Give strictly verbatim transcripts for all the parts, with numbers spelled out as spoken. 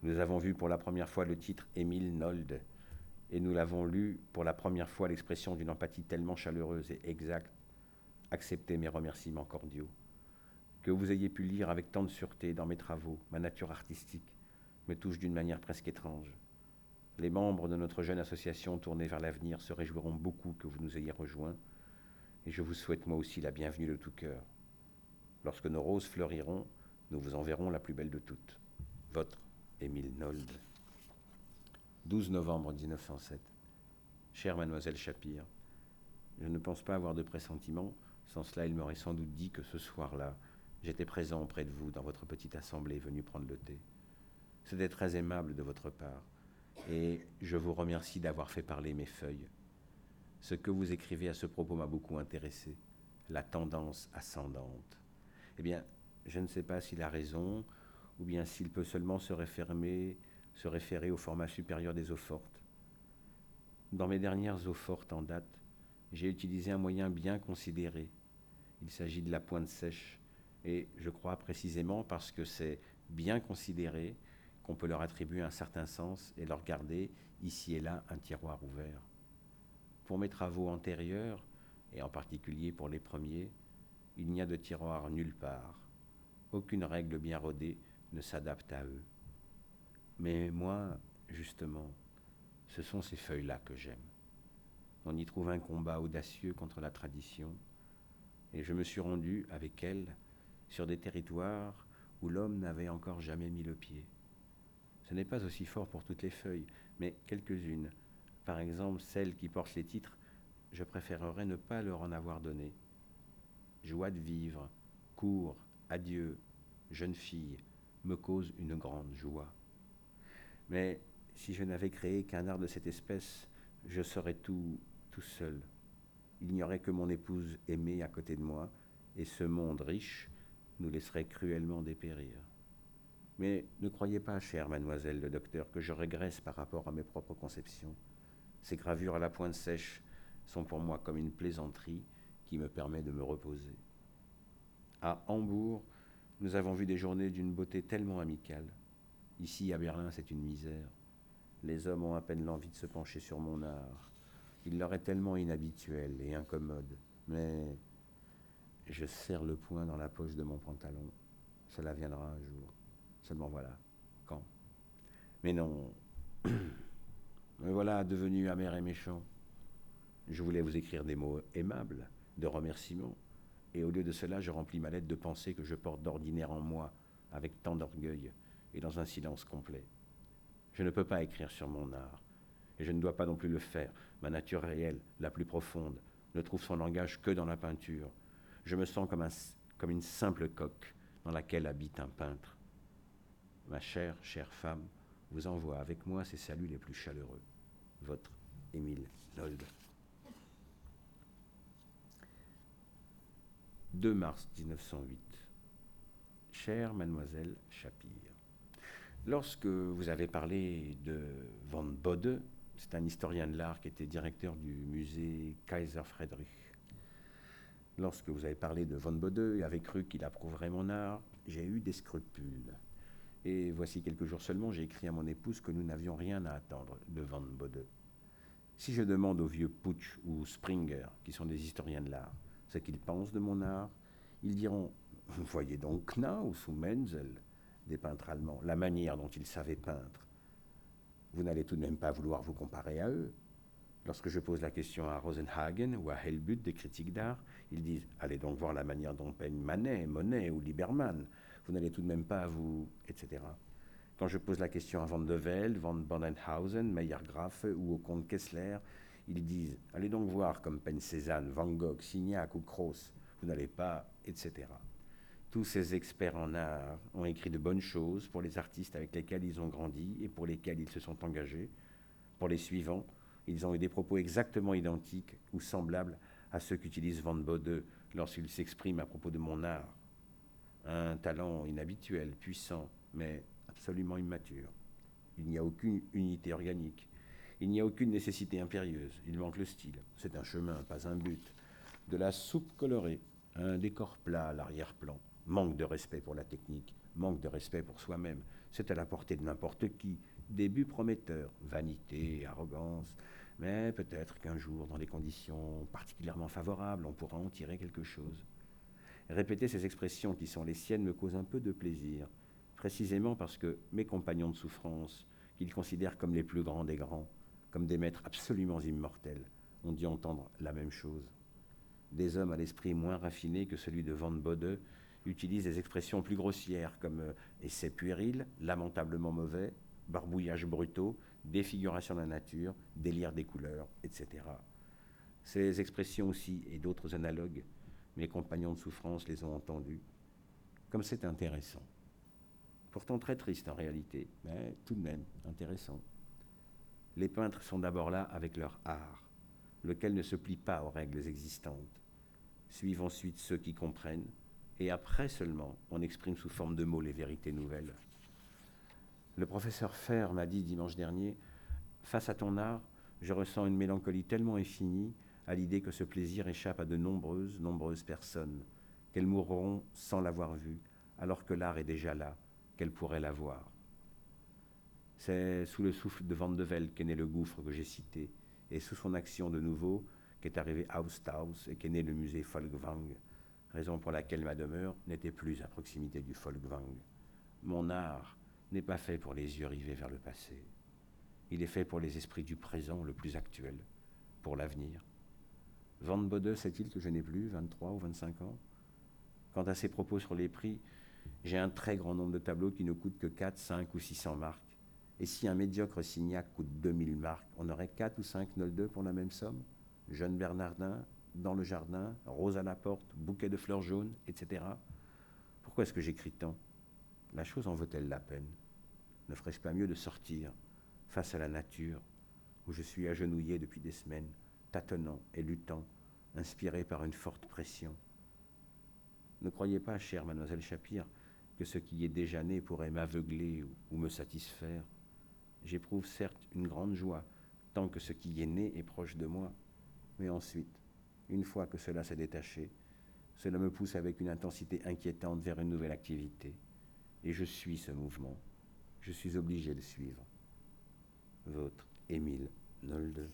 Nous avons vu pour la première fois le titre Émile Nolde, et nous l'avons lu pour la première fois l'expression d'une empathie tellement chaleureuse et exacte. Acceptez mes remerciements cordiaux. Que vous ayez pu lire avec tant de sûreté dans mes travaux, ma nature artistique me touche d'une manière presque étrange. Les membres de notre jeune association tournée vers l'avenir se réjouiront beaucoup que vous nous ayez rejoints, et je vous souhaite moi aussi la bienvenue de tout cœur. Lorsque nos roses fleuriront, nous vous enverrons la plus belle de toutes. Votre Émile Nolde. douze novembre mille neuf cent sept. Chère mademoiselle Chapir, je ne pense pas avoir de pressentiment, sans cela il m'aurait sans doute dit que ce soir-là, j'étais présent auprès de vous dans votre petite assemblée venue prendre le thé. C'était très aimable de votre part, et je vous remercie d'avoir fait parler mes feuilles. Ce que vous écrivez à ce propos m'a beaucoup intéressé, la tendance ascendante. Eh bien, je ne sais pas s'il a raison, ou bien s'il peut seulement se référer, se référer au format supérieur des eaux fortes. Dans mes dernières eaux fortes en date, j'ai utilisé un moyen bien considéré. Il s'agit de la pointe sèche, et je crois précisément parce que c'est bien considéré qu'on peut leur attribuer un certain sens et leur garder ici et là un tiroir ouvert. Pour mes travaux antérieurs, et en particulier pour les premiers, il n'y a de tiroir nulle part. Aucune règle bien rodée ne s'adapte à eux. Mais moi, justement, ce sont ces feuilles-là que j'aime. On y trouve un combat audacieux contre la tradition, et je me suis rendu avec elle sur des territoires où l'homme n'avait encore jamais mis le pied. Ce n'est pas aussi fort pour toutes les feuilles, mais quelques-unes, par exemple celles qui portent les titres, je préférerais ne pas leur en avoir donné. Joie de vivre, cours, adieu, jeune fille, me cause une grande joie. Mais si je n'avais créé qu'un art de cette espèce, je serais tout, tout seul. Il n'y aurait que mon épouse aimée à côté de moi, et ce monde riche nous laisserait cruellement dépérir. Mais ne croyez pas, chère mademoiselle le docteur, que je régresse par rapport à mes propres conceptions. Ces gravures à la pointe sèche sont pour moi comme une plaisanterie qui me permet de me reposer. À Hambourg, nous avons vu des journées d'une beauté tellement amicale. Ici, à Berlin, c'est une misère. Les hommes ont à peine l'envie de se pencher sur mon art. Il leur est tellement inhabituel et incommode. Mais je serre le poing dans la poche de mon pantalon. Cela viendra un jour. Seulement voilà, quand? Mais non, me voilà devenu amer et méchant. Je voulais vous écrire des mots aimables, de remerciements, et au lieu de cela, je remplis ma lettre de pensées que je porte d'ordinaire en moi, avec tant d'orgueil, et dans un silence complet. Je ne peux pas écrire sur mon art, et je ne dois pas non plus le faire. Ma nature réelle, la plus profonde, ne trouve son langage que dans la peinture. Je me sens comme, un, comme une simple coque dans laquelle habite un peintre. Ma chère, chère femme vous envoie avec moi ses saluts les plus chaleureux. Votre Émile Nolde. deux mars mille neuf cent huit. Chère mademoiselle Chapir, lorsque vous avez parlé de Van Bode, c'est un historien de l'art qui était directeur du musée Kaiser Friedrich. Lorsque vous avez parlé de Van Bode et avez cru qu'il approuverait mon art, j'ai eu des scrupules. Et voici quelques jours seulement, j'ai écrit à mon épouse que nous n'avions rien à attendre de Van Bode. Si je demande aux vieux Putsch ou Springer, qui sont des historiens de l'art, ce qu'ils pensent de mon art, ils diront « Voyez donc Knaus ou Menzel, des peintres allemands, la manière dont ils savaient peindre. Vous n'allez tout de même pas vouloir vous comparer à eux. » Lorsque je pose la question à Rosenhagen ou à Helbut des critiques d'art, ils disent « Allez donc voir la manière dont peignent Manet, Monet ou Liebermann. Vous n'allez tout de même pas vous... » et cetera. Quand je pose la question à Van de Velde, Van Bandenhausen, Meyergrafe ou au comte Kessler, ils disent « Allez donc voir comme peignent Cézanne, Van Gogh, Signac ou Cros. Vous n'allez pas... » et cetera. Tous ces experts en art ont écrit de bonnes choses pour les artistes avec lesquels ils ont grandi et pour lesquels ils se sont engagés. Pour les suivants, ils ont eu des propos exactement identiques ou semblables à ceux qu'utilise Van Bode lorsqu'il s'exprime à propos de mon art. Un talent inhabituel, puissant, mais absolument immature. Il n'y a aucune unité organique. Il n'y a aucune nécessité impérieuse. Il manque le style. C'est un chemin, pas un but. De la soupe colorée, un décor plat à l'arrière-plan. Manque de respect pour la technique, manque de respect pour soi-même. C'est à la portée de n'importe qui. Début prometteur, vanité, arrogance, mais peut-être qu'un jour, dans des conditions particulièrement favorables, on pourra en tirer quelque chose. Répéter ces expressions qui sont les siennes me cause un peu de plaisir, précisément parce que mes compagnons de souffrance, qu'ils considèrent comme les plus grands des grands, comme des maîtres absolument immortels, ont dû entendre la même chose. Des hommes à l'esprit moins raffiné que celui de Van Bode utilisent des expressions plus grossières comme euh, essais puéril, lamentablement mauvais, barbouillages brutaux, défiguration de la nature, délire des couleurs, et cetera. Ces expressions aussi, et d'autres analogues, mes compagnons de souffrance les ont entendues. Comme c'est intéressant. Pourtant très triste en réalité, mais tout de même intéressant. Les peintres sont d'abord là avec leur art, lequel ne se plie pas aux règles existantes. Suivent ensuite ceux qui comprennent, et après seulement, on exprime sous forme de mots les vérités nouvelles. Le professeur Fer m'a dit dimanche dernier, « Face à ton art, je ressens une mélancolie tellement infinie à l'idée que ce plaisir échappe à de nombreuses, nombreuses personnes, qu'elles mourront sans l'avoir vu, alors que l'art est déjà là, qu'elles pourraient l'avoir. » C'est sous le souffle de Van de Velde qu'est né le gouffre que j'ai cité, et sous son action de nouveau qu'est arrivé Austhaus et qu'est né le musée Folkwang, raison pour laquelle ma demeure n'était plus à proximité du Folkwang. Mon art n'est pas fait pour les yeux rivés vers le passé. Il est fait pour les esprits du présent le plus actuel, pour l'avenir. Van Bode sait-il que je n'ai plus vingt-trois ou vingt-cinq ans? Quant à ses propos sur les prix, j'ai un très grand nombre de tableaux qui ne coûtent que quatre, cinq ou six cents marques. Et si un médiocre Signac coûte deux mille marques, on aurait quatre ou cinq Nolde pour la même somme? Jeune Bernardin, Dans le jardin, Rose à la porte, Bouquet de fleurs jaunes, et cetera. Pourquoi est-ce que j'écris tant? La chose en vaut-elle la peine? Ne ferais-je pas mieux de sortir face à la nature, où je suis agenouillé depuis des semaines, tâtonnant et luttant, inspiré par une forte pression? Ne croyez pas, chère mademoiselle Chapir, que ce qui est déjà né pourrait m'aveugler ou me satisfaire. J'éprouve certes une grande joie, tant que ce qui est né est proche de moi, mais ensuite, une fois que cela s'est détaché, cela me pousse avec une intensité inquiétante vers une nouvelle activité, et je suis ce mouvement. Je suis obligé de suivre. Votre Émile Nolde.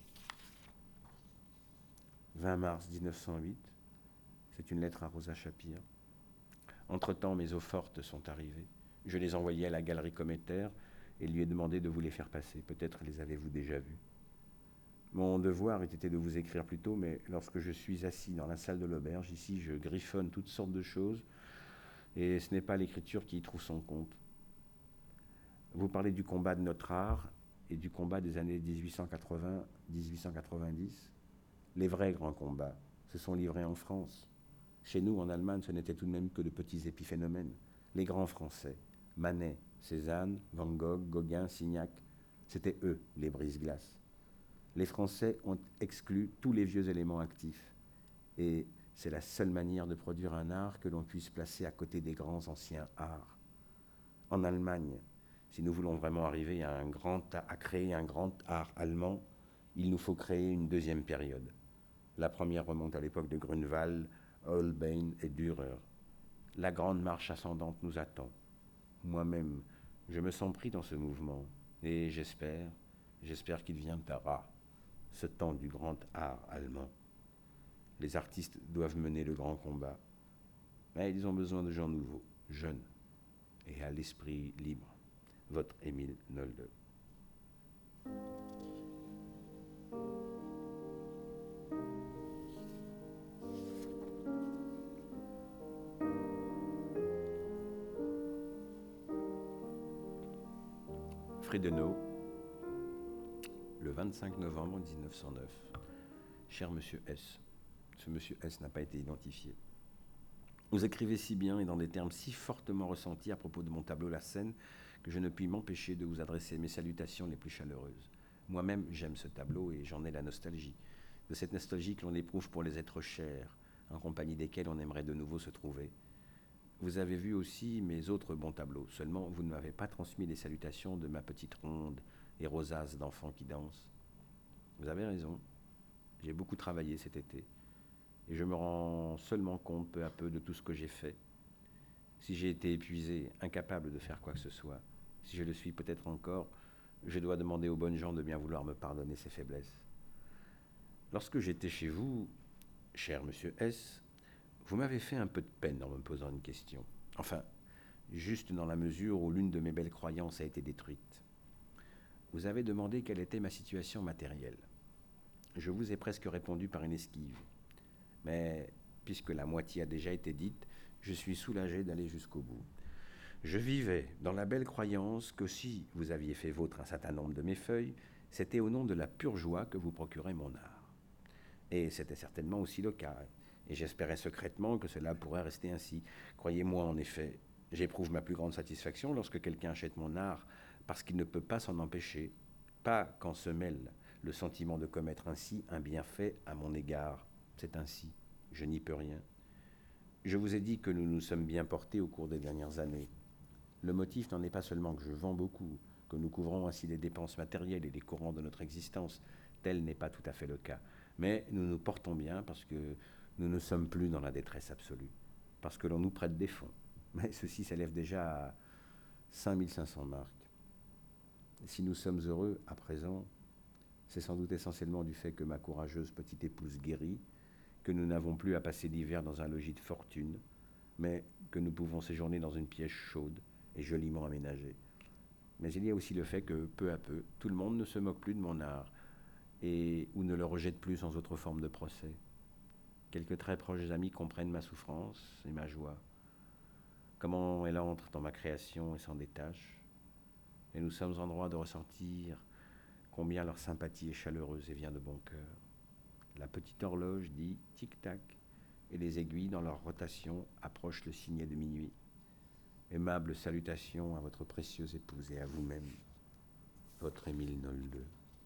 vingt mars mille neuf cent huit, c'est une lettre à Rosa Chapir. Entre-temps, mes eaux fortes sont arrivées. Je les envoyai à la galerie Cométaire et lui ai demandé de vous les faire passer. Peut-être les avez-vous déjà vues. Mon devoir eût été de vous écrire plus tôt, mais lorsque je suis assis dans la salle de l'auberge, ici, je griffonne toutes sortes de choses, et ce n'est pas l'écriture qui y trouve son compte. Vous parlez du combat de notre art et du combat des années dix-huit cent quatre-vingts à dix-huit cent quatre-vingt-dix. Les vrais grands combats se sont livrés en France. Chez nous, en Allemagne, ce n'était tout de même que de petits épiphénomènes. Les grands Français, Manet, Cézanne, Van Gogh, Gauguin, Signac, c'étaient eux, les brise-glaces. Les Français ont exclu tous les vieux éléments actifs. Et c'est la seule manière de produire un art que l'on puisse placer à côté des grands anciens arts. En Allemagne, si nous voulons vraiment arriver à, un grand, à créer un grand art allemand, il nous faut créer une deuxième période. La première remonte à l'époque de Grunewald, Holbein et Dürer. La grande marche ascendante nous attend. Moi-même, je me sens pris dans ce mouvement, et j'espère, j'espère qu'il viendra, ce temps du grand art allemand. Les artistes doivent mener le grand combat, mais ils ont besoin de gens nouveaux, jeunes, et à l'esprit libre. Votre Émile Nolde. Frédenau, le vingt-cinq novembre mille neuf cent neuf. Cher Monsieur S. Ce Monsieur S n'a pas été identifié. Vous écrivez si bien et dans des termes si fortement ressentis à propos de mon tableau La Seine que je ne puis m'empêcher de vous adresser mes salutations les plus chaleureuses. Moi-même, j'aime ce tableau et j'en ai la nostalgie. De cette nostalgie que l'on éprouve pour les êtres chers, en compagnie desquels on aimerait de nouveau se trouver. Vous avez vu aussi mes autres bons tableaux, seulement vous ne m'avez pas transmis les salutations de ma petite ronde et rosace d'enfants qui dansent. Vous avez raison, j'ai beaucoup travaillé cet été, et je me rends seulement compte peu à peu de tout ce que j'ai fait. Si j'ai été épuisé, incapable de faire quoi que ce soit, si je le suis peut-être encore, je dois demander aux bonnes gens de bien vouloir me pardonner ces faiblesses. Lorsque j'étais chez vous, cher monsieur S, vous m'avez fait un peu de peine en me posant une question. Enfin, juste dans la mesure où l'une de mes belles croyances a été détruite. Vous avez demandé quelle était ma situation matérielle. Je vous ai presque répondu par une esquive. Mais, puisque la moitié a déjà été dite, je suis soulagé d'aller jusqu'au bout. Je vivais dans la belle croyance que si vous aviez fait vôtre un certain nombre de mes feuilles, c'était au nom de la pure joie que vous procurait mon art. Et c'était certainement aussi le cas, et j'espérais secrètement que cela pourrait rester ainsi. Croyez-moi, en effet, j'éprouve ma plus grande satisfaction lorsque quelqu'un achète mon art, parce qu'il ne peut pas s'en empêcher, pas quand se mêle le sentiment de commettre ainsi un bienfait à mon égard. C'est ainsi, je n'y peux rien. Je vous ai dit que nous nous sommes bien portés au cours des dernières années. Le motif n'en est pas seulement que je vends beaucoup, que nous couvrons ainsi les dépenses matérielles et les courants de notre existence. Tel n'est pas tout à fait le cas. Mais nous nous portons bien parce que nous ne sommes plus dans la détresse absolue, parce que l'on nous prête des fonds. Mais ceci s'élève déjà à cinq mille cinq cents marks. Si nous sommes heureux à présent, c'est sans doute essentiellement du fait que ma courageuse petite épouse guérit, que nous n'avons plus à passer l'hiver dans un logis de fortune, mais que nous pouvons séjourner dans une pièce chaude et joliment aménagée. Mais il y a aussi le fait que, peu à peu, tout le monde ne se moque plus de mon art, et ou ne le rejette plus sans autre forme de procès. Quelques très proches amis comprennent ma souffrance et ma joie, comment elle entre dans ma création et s'en détache, et nous sommes en droit de ressentir combien leur sympathie est chaleureuse et vient de bon cœur. La petite horloge dit tic-tac, et les aiguilles dans leur rotation approchent le signet de minuit. Aimable salutation à votre précieuse épouse et à vous-même, votre Émile Nolde.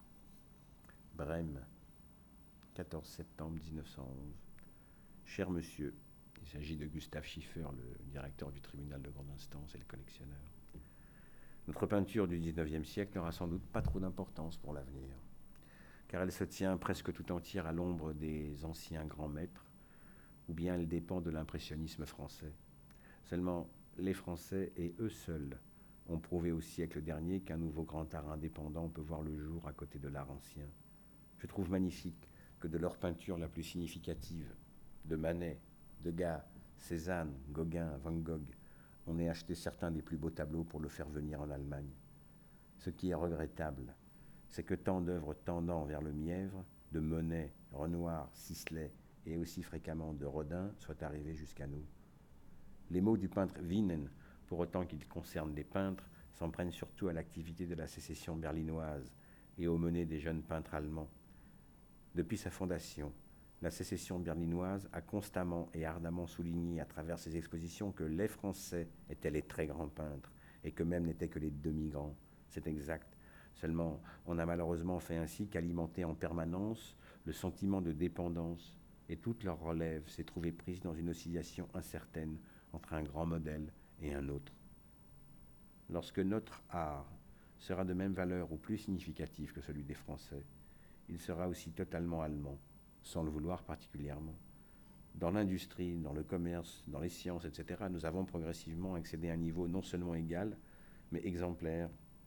Brême, quatorze septembre mille neuf cent onze. Cher monsieur, il s'agit de Gustave Schiffer, le directeur du tribunal de grande instance et le collectionneur. Notre peinture du dix-neuvième siècle n'aura sans doute pas trop d'importance pour l'avenir, car elle se tient presque tout entière à l'ombre des anciens grands maîtres, ou bien elle dépend de l'impressionnisme français. Seulement, les Français et eux seuls ont prouvé au siècle dernier qu'un nouveau grand art indépendant peut voir le jour à côté de l'art ancien. Je trouve magnifique que de leur peinture la plus significative, de Manet, Degas, Cézanne, Gauguin, Van Gogh, on ait acheté certains des plus beaux tableaux pour le faire venir en Allemagne. Ce qui est regrettable, c'est que tant d'œuvres tendant vers le mièvre, de Monet, Renoir, Sisley et aussi fréquemment de Rodin soient arrivés jusqu'à nous. Les mots du peintre Wienen, pour autant qu'ils concernent des peintres, s'en prennent surtout à l'activité de la sécession berlinoise et aux menées des jeunes peintres allemands. Depuis sa fondation, la sécession berlinoise a constamment et ardemment souligné à travers ses expositions que les Français étaient les très grands peintres et qu'eux-mêmes n'étaient que les demi-grands. C'est exact. Seulement, on a malheureusement fait ainsi qu'alimenter en permanence le sentiment de dépendance, et toute leur relève s'est trouvée prise dans une oscillation incertaine entre un grand modèle et un autre. Lorsque notre art sera de même valeur ou plus significatif que celui des Français, il sera aussi totalement allemand, sans le vouloir particulièrement. Dans l'industrie, dans le commerce, dans les sciences, et cetera, nous avons progressivement accédé à un niveau non seulement égal, mais exemplaire.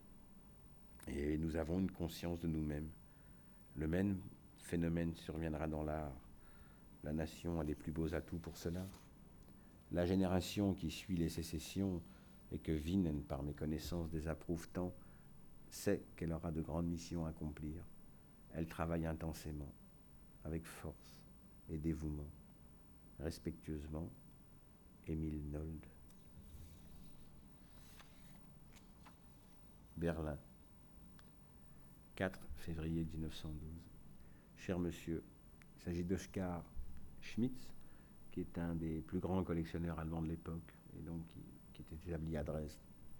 Et nous avons une conscience de nous-mêmes. Le même phénomène surviendra dans l'art. La nation a les plus beaux atouts pour cela. La génération qui suit les sécessions et que Wienen, par mes connaissances, désapprouve tant, sait qu'elle aura de grandes missions à accomplir. Elle travaille intensément, avec force et dévouement. Respectueusement, Émile Nolde. Berlin, quatre février mille neuf cent douze. Cher monsieur, il s'agit d'Oskar Schmitz, qui est un des plus grands collectionneurs allemands de l'époque, et donc qui, qui était établi à Dresde.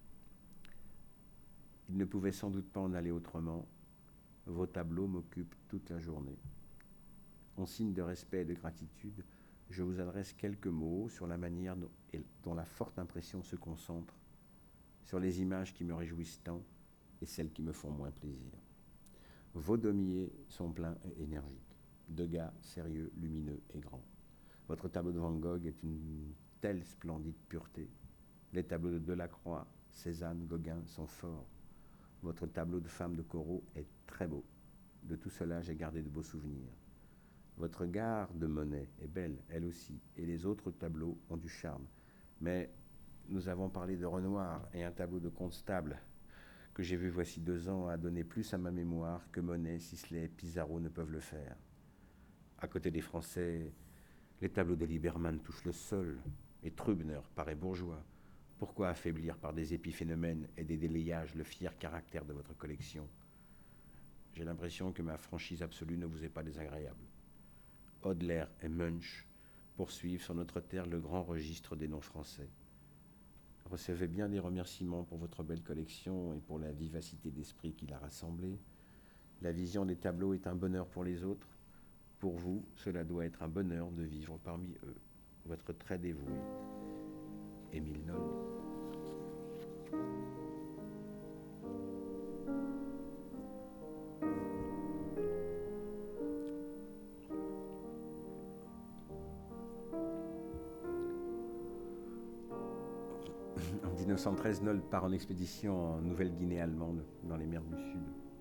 Il ne pouvait sans doute pas en aller autrement. Vos tableaux m'occupent toute la journée. En signe de respect et de gratitude, je vous adresse quelques mots sur la manière dont, dont la forte impression se concentre, sur les images qui me réjouissent tant et celles qui me font moins plaisir. Vos damiers sont pleins et énergiques, Degas sérieux, lumineux et grand. Votre tableau de Van Gogh est une telle splendide pureté. Les tableaux de Delacroix Cézanne, Gauguin sont forts. Votre tableau de femme de Corot est très beau. De tout cela, j'ai gardé de beaux souvenirs. Votre gare de Monet est belle, elle aussi, et les autres tableaux ont du charme. Mais nous avons parlé de Renoir, et un tableau de Constable que j'ai vu voici deux ans a donné plus à ma mémoire que Monet, Sisley et Pissarro ne peuvent le faire. À côté des Français, les tableaux de Liebermann touchent le sol, et Trübner paraît bourgeois. Pourquoi affaiblir par des épiphénomènes et des délayages le fier caractère de votre collection? J'ai l'impression que ma franchise absolue ne vous est pas désagréable. Hodler et Munch poursuivent sur notre terre le grand registre des noms français. Recevez bien des remerciements pour votre belle collection et pour la vivacité d'esprit qui l'a rassemblée. La vision des tableaux est un bonheur pour les autres. Pour vous, cela doit être un bonheur de vivre parmi eux. Votre très dévoué, Émile Nolde. En mille neuf cent treize, Nolde part en expédition en Nouvelle-Guinée allemande, dans les mers du Sud.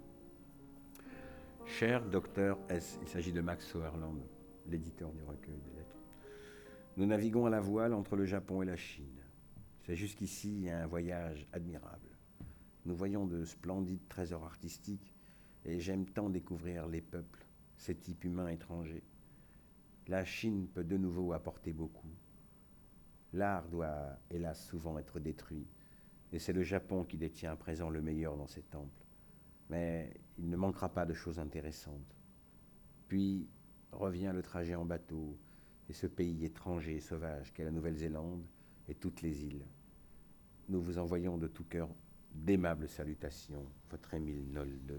Cher docteur S, il s'agit de Max Sauerland, l'éditeur du recueil des lettres. Nous naviguons à la voile entre le Japon et la Chine. C'est jusqu'ici un voyage admirable. Nous voyons de splendides trésors artistiques et j'aime tant découvrir les peuples, ces types humains étrangers. La Chine peut de nouveau apporter beaucoup. L'art doit, hélas, souvent être détruit, et c'est le Japon qui détient à présent le meilleur dans ses temples. Mais il ne manquera pas de choses intéressantes. Puis revient le trajet en bateau, et ce pays étranger et sauvage qu'est la Nouvelle-Zélande et toutes les îles. Nous vous envoyons de tout cœur d'aimables salutations, votre Émile Nolde.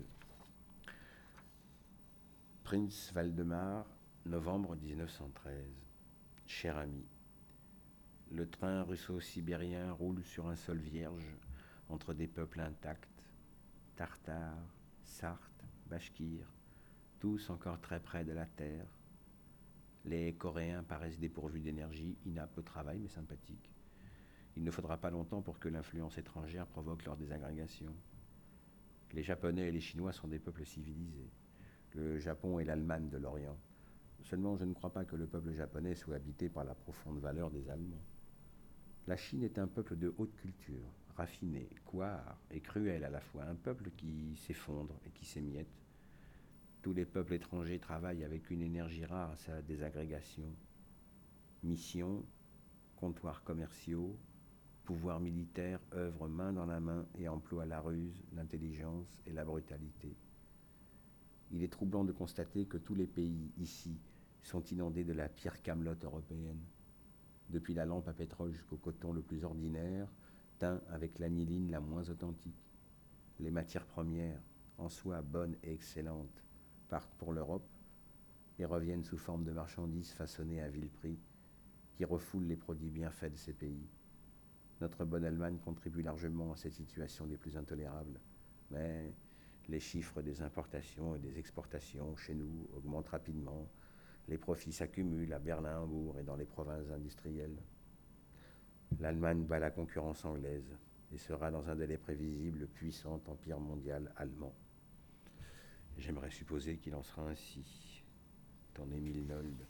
Prince Valdemar, novembre mille neuf cent treize. Cher ami, le train russo-sibérien roule sur un sol vierge entre des peuples intacts, Tartares, Sarthes, Bachkirs, tous encore très près de la terre. Les Coréens paraissent dépourvus d'énergie, inaptes au travail mais sympathiques. Il ne faudra pas longtemps pour que l'influence étrangère provoque leur désagrégation. Les Japonais et les Chinois sont des peuples civilisés. Le Japon est l'Allemagne de l'Orient. Seulement, je ne crois pas que le peuple japonais soit habité par la profonde valeur des Allemands. La Chine est un peuple de haute culture, raffiné, couard et cruel à la fois, un peuple qui s'effondre et qui s'émiette. Tous les peuples étrangers travaillent avec une énergie rare à sa désagrégation. Mission, comptoirs commerciaux, pouvoir militaire œuvrent main dans la main et emploient la ruse, l'intelligence et la brutalité. Il est troublant de constater que tous les pays, ici, sont inondés de la pire camelote européenne. Depuis la lampe à pétrole jusqu'au coton le plus ordinaire, teint avec l'aniline la moins authentique. Les matières premières, en soi bonnes et excellentes, partent pour l'Europe et reviennent sous forme de marchandises façonnées à vil prix, qui refoulent les produits bien faits de ces pays. Notre bonne Allemagne contribue largement à cette situation des plus intolérables, mais les chiffres des importations et des exportations chez nous augmentent rapidement. Les profits s'accumulent à Berlin, Hambourg et dans les provinces industrielles. L'Allemagne bat la concurrence anglaise et sera dans un délai prévisible le puissant empire mondial allemand. J'aimerais supposer qu'il en sera ainsi. Ton Émile Nolde.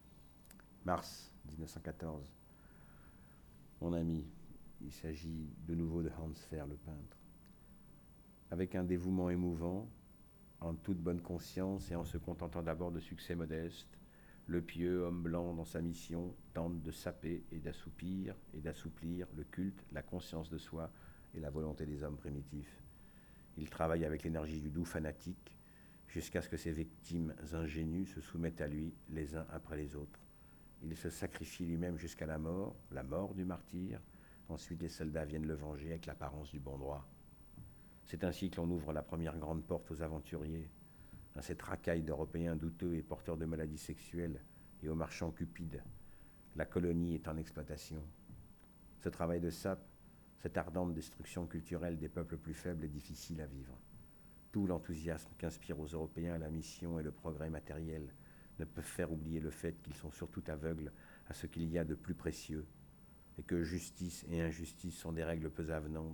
Mars mille neuf cent quatorze. Mon ami, il s'agit de nouveau de Hans Fehr, le peintre. Avec un dévouement émouvant, en toute bonne conscience et en se contentant d'abord de succès modestes, le pieux homme blanc dans sa mission tente de saper et d'assoupir et d'assouplir le culte, la conscience de soi et la volonté des hommes primitifs. Il travaille avec l'énergie du doux fanatique jusqu'à ce que ses victimes ingénues se soumettent à lui les uns après les autres. Il se sacrifie lui-même jusqu'à la mort, la mort du martyr. Ensuite, les soldats viennent le venger avec l'apparence du bon droit. C'est ainsi que l'on ouvre la première grande porte aux aventuriers, à cette racaille d'Européens douteux et porteurs de maladies sexuelles et aux marchands cupides. La colonie est en exploitation. Ce travail de sape, cette ardente destruction culturelle des peuples plus faibles est difficile à vivre. Tout l'enthousiasme qu'inspirent aux Européens la mission et le progrès matériel ne peuvent faire oublier le fait qu'ils sont surtout aveugles à ce qu'il y a de plus précieux et que justice et injustice sont des règles peu avenantes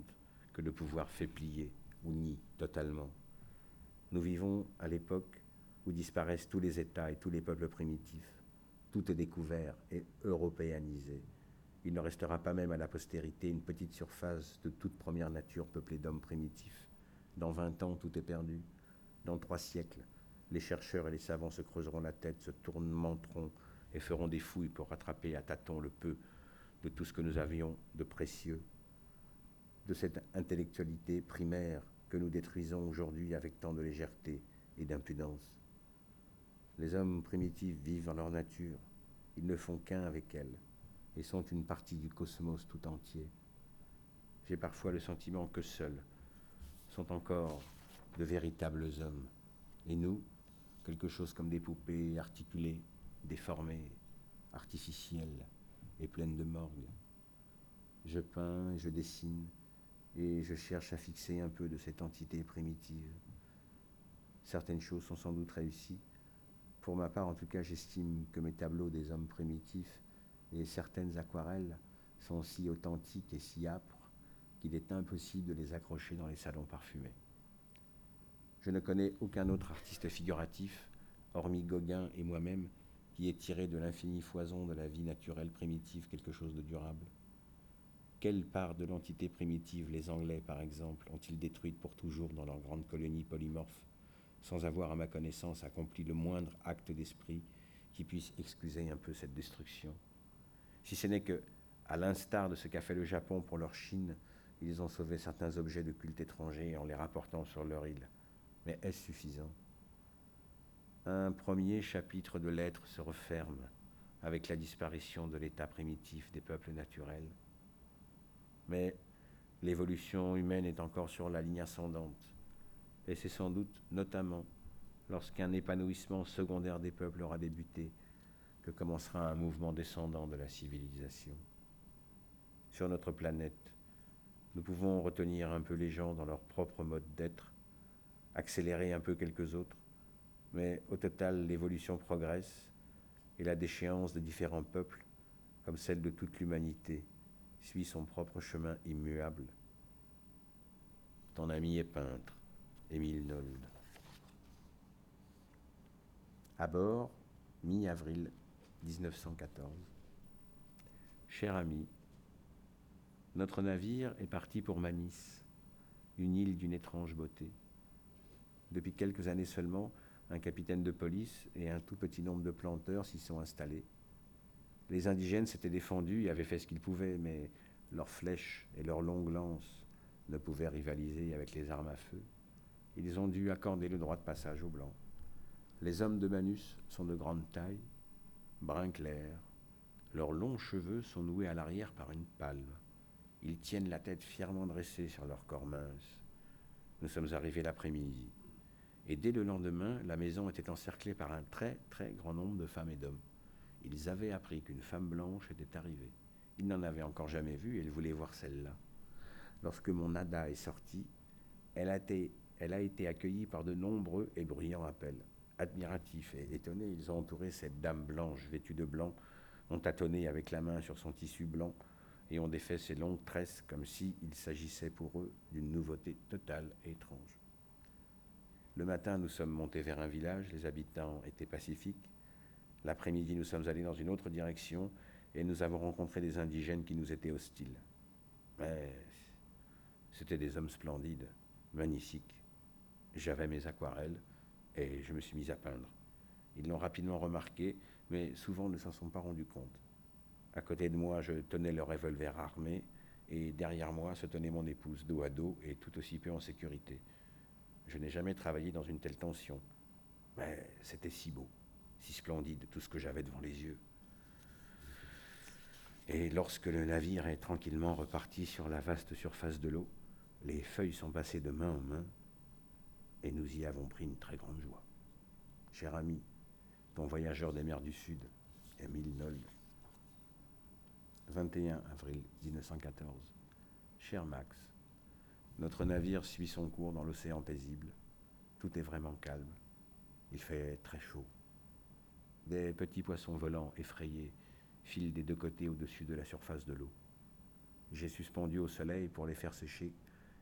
que le pouvoir fait plier ou nie totalement. Nous vivons à l'époque où disparaissent tous les États et tous les peuples primitifs. Tout est découvert et européanisé. Il ne restera pas même à la postérité une petite surface de toute première nature peuplée d'hommes primitifs. Dans vingt ans, tout est perdu. Dans trois siècles, les chercheurs et les savants se creuseront la tête, se tourmenteront et feront des fouilles pour rattraper à tâtons le peu de tout ce que nous avions de précieux, de cette intellectualité primaire que nous détruisons aujourd'hui avec tant de légèreté et d'impudence. Les hommes primitifs vivent dans leur nature, ils ne font qu'un avec elle et sont une partie du cosmos tout entier. J'ai parfois le sentiment que seuls sont encore de véritables hommes, et nous, quelque chose comme des poupées articulées, déformées, artificielles et pleines de morgue. Je peins et je dessine, et je cherche à fixer un peu de cette entité primitive. Certaines choses sont sans doute réussies. Pour ma part, en tout cas, j'estime que mes tableaux des hommes primitifs et certaines aquarelles sont si authentiques et si âpres qu'il est impossible de les accrocher dans les salons parfumés. Je ne connais aucun autre artiste figuratif, hormis Gauguin et moi-même, qui ait tiré de l'infinie foison de la vie naturelle primitive quelque chose de durable. Quelle part de l'entité primitive les Anglais, par exemple, ont-ils détruite pour toujours dans leur grande colonie polymorphe, sans avoir, à ma connaissance, accompli le moindre acte d'esprit qui puisse excuser un peu cette destruction? Si ce n'est que, à l'instar de ce qu'a fait le Japon pour leur Chine, ils ont sauvé certains objets de culte étrangers en les rapportant sur leur île. Mais est-ce suffisant? Un premier chapitre de l'être se referme avec la disparition de l'état primitif des peuples naturels. Mais l'évolution humaine est encore sur la ligne ascendante, et c'est sans doute notamment lorsqu'un épanouissement secondaire des peuples aura débuté que commencera un mouvement descendant de la civilisation. Sur notre planète, nous pouvons retenir un peu les gens dans leur propre mode d'être, accélérer un peu quelques autres, mais au total, l'évolution progresse et la déchéance de différents peuples, comme celle de toute l'humanité, suit son propre chemin immuable. Ton ami est peintre, Émile Nolde. À bord, mi-avril dix-neuf cent quatorze. Cher ami, notre navire est parti pour Manis, une île d'une étrange beauté. Depuis quelques années seulement, un capitaine de police et un tout petit nombre de planteurs s'y sont installés. Les indigènes s'étaient défendus et avaient fait ce qu'ils pouvaient, mais leurs flèches et leurs longues lances ne pouvaient rivaliser avec les armes à feu. Ils ont dû accorder le droit de passage aux Blancs. Les hommes de Manus sont de grande taille, brun clair. Leurs longs cheveux sont noués à l'arrière par une palme. Ils tiennent la tête fièrement dressée sur leur corps mince. Nous sommes arrivés l'après-midi. Et dès le lendemain, la maison était encerclée par un très, très grand nombre de femmes et d'hommes. Ils avaient appris qu'une femme blanche était arrivée. Ils n'en avaient encore jamais vu et ils voulaient voir celle-là. Lorsque mon Ada est sortie, elle a été, elle a été accueillie par de nombreux et bruyants appels. Admiratifs et étonnés, ils ont entouré cette dame blanche vêtue de blanc, ont tâtonné avec la main sur son tissu blanc et ont défait ses longues tresses comme s'il s'agissait pour eux d'une nouveauté totale et étrange. Le matin, nous sommes montés vers un village, les habitants étaient pacifiques. L'après-midi, nous sommes allés dans une autre direction et nous avons rencontré des indigènes qui nous étaient hostiles. Mais c'étaient des hommes splendides, magnifiques. J'avais mes aquarelles et je me suis mis à peindre. Ils l'ont rapidement remarqué, mais souvent ne s'en sont pas rendus compte. À côté de moi, je tenais le revolver armé et derrière moi se tenait mon épouse dos à dos et tout aussi peu en sécurité. Je n'ai jamais travaillé dans une telle tension, mais c'était si beau, si splendide, tout ce que j'avais devant les yeux. Et lorsque le navire est tranquillement reparti sur la vaste surface de l'eau, les feuilles sont passées de main en main, et nous y avons pris une très grande joie. Cher ami, ton voyageur des mers du Sud, Émile Nolde. vingt et un avril dix-neuf cent quatorze. Cher Max, notre navire suit son cours dans l'océan paisible. Tout est vraiment calme. Il fait très chaud. Des petits poissons volants effrayés filent des deux côtés au-dessus de la surface de l'eau. J'ai suspendu au soleil pour les faire sécher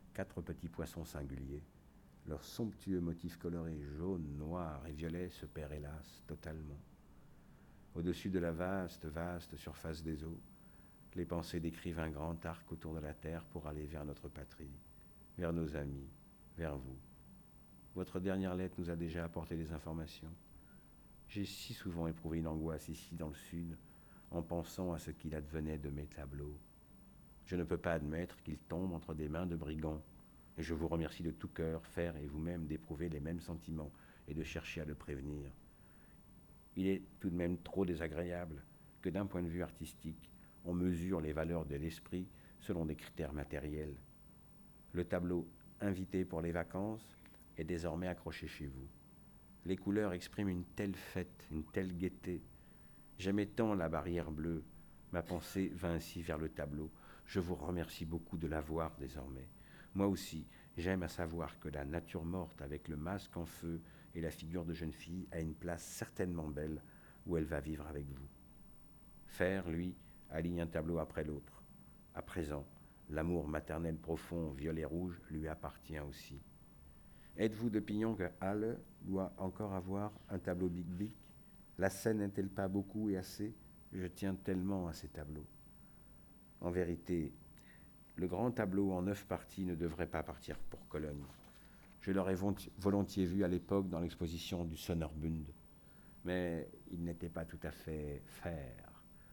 Quatre petits poissons singuliers. Leurs somptueux motifs colorés jaune, noir et violet se perdent hélas totalement. Au-dessus de la vaste, vaste surface des eaux, les pensées décrivent un grand arc autour de la terre pour aller vers notre patrie, vers nos amis, vers vous. Votre dernière lettre nous a déjà apporté des informations. J'ai si souvent éprouvé une angoisse ici dans le sud en pensant à ce qu'il advenait de mes tableaux. Je ne peux pas admettre qu'ils tombent entre des mains de brigands, et je vous remercie de tout cœur, faire et vous-même d'éprouver les mêmes sentiments et de chercher à le prévenir. Il est tout de même trop désagréable que d'un point de vue artistique, on mesure les valeurs de l'esprit selon des critères matériels. Le tableau « Invité pour les vacances » est désormais accroché chez vous. Les couleurs expriment une telle fête, une telle gaieté. J'aimais tant la barrière bleue. Ma pensée va ainsi vers le tableau. Je vous remercie beaucoup de l'avoir désormais. Moi aussi, j'aime à savoir que la nature morte avec le masque en feu et la figure de jeune fille a une place certainement belle où elle va vivre avec vous. Faire, lui, aligne un tableau après l'autre. À présent, l'amour maternel profond, violet rouge, lui appartient aussi. Êtes-vous d'opinion que Halle doit encore avoir un tableau big-big? La scène n'est-elle pas beaucoup et assez? Je tiens tellement à ces tableaux. En vérité, le grand tableau en neuf parties ne devrait pas partir pour Cologne. Je l'aurais volontiers vu à l'époque dans l'exposition du Sonnerbund, mais il n'était pas tout à fait faire.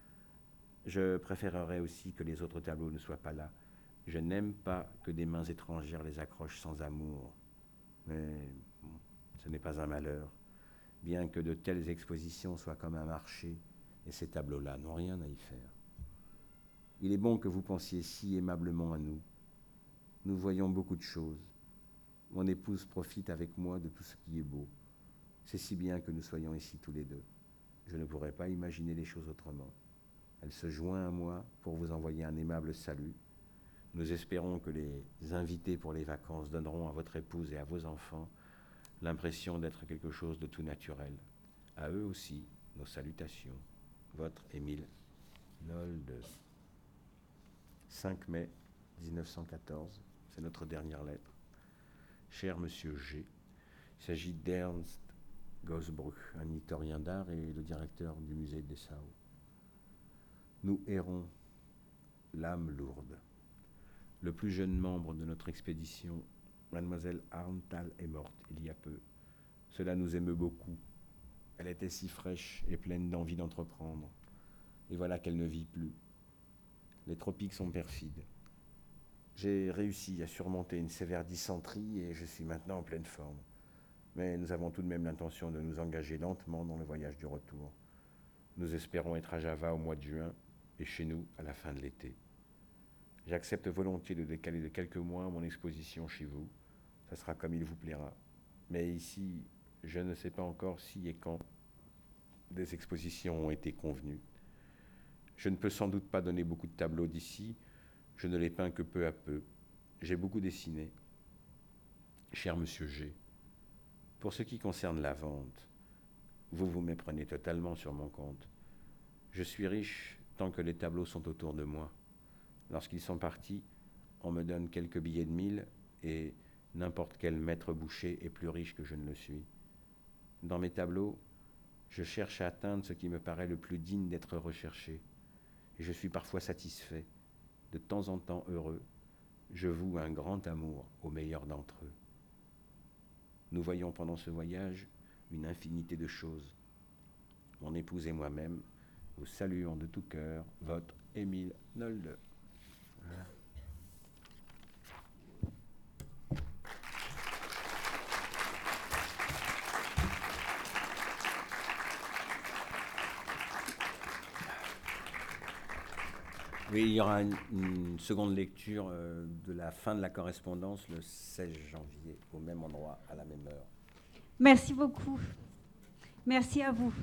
Je préférerais aussi que les autres tableaux ne soient pas là. Je n'aime pas que des mains étrangères les accrochent sans amour. Mais bon, ce n'est pas un malheur, bien que de telles expositions soient comme un marché, et ces tableaux-là n'ont rien à y faire. Il est bon que vous pensiez si aimablement à nous. Nous voyons beaucoup de choses. Mon épouse profite avec moi de tout ce qui est beau. C'est si bien que nous soyons ici tous les deux. Je ne pourrais pas imaginer les choses autrement. Elle se joint à moi pour vous envoyer un aimable salut. Nous espérons que les invités pour les vacances donneront à votre épouse et à vos enfants l'impression d'être quelque chose de tout naturel. À eux aussi, nos salutations. Votre Émile Nolde. cinq mai mille neuf cent quatorze, c'est notre dernière lettre. Cher Monsieur G, il s'agit d'Ernst Gosbruch, un historien d'art et le directeur du musée de Dessau. Nous errons, l'âme lourde. Le plus jeune membre de notre expédition, mademoiselle Arntal, est morte il y a peu. Cela nous émeut beaucoup. Elle était si fraîche et pleine d'envie d'entreprendre. Et voilà qu'elle ne vit plus. Les tropiques sont perfides. J'ai réussi à surmonter une sévère dysenterie et je suis maintenant en pleine forme. Mais nous avons tout de même l'intention de nous engager lentement dans le voyage du retour. Nous espérons être à Java au mois de juin et chez nous à la fin de l'été. J'accepte volontiers de décaler de quelques mois mon exposition chez vous. Ça sera comme il vous plaira. Mais ici, je ne sais pas encore si et quand des expositions ont été convenues. Je ne peux sans doute pas donner beaucoup de tableaux d'ici. Je ne les peins que peu à peu. J'ai beaucoup dessiné. Cher Monsieur G, pour ce qui concerne la vente, vous vous méprenez totalement sur mon compte. Je suis riche tant que les tableaux sont autour de moi. Lorsqu'ils sont partis, on me donne quelques billets de mille et n'importe quel maître boucher est plus riche que je ne le suis. Dans mes tableaux, je cherche à atteindre ce qui me paraît le plus digne d'être recherché. Et je suis parfois satisfait, de temps en temps heureux. Je voue un grand amour au meilleur d'entre eux. Nous voyons pendant ce voyage une infinité de choses. Mon épouse et moi-même vous saluons de tout cœur, votre Émile Nolde. Voilà. Oui, il y aura une, une seconde lecture euh, de la fin de la correspondance le seize janvier, au même endroit, à la même heure. Merci beaucoup. Merci à vous.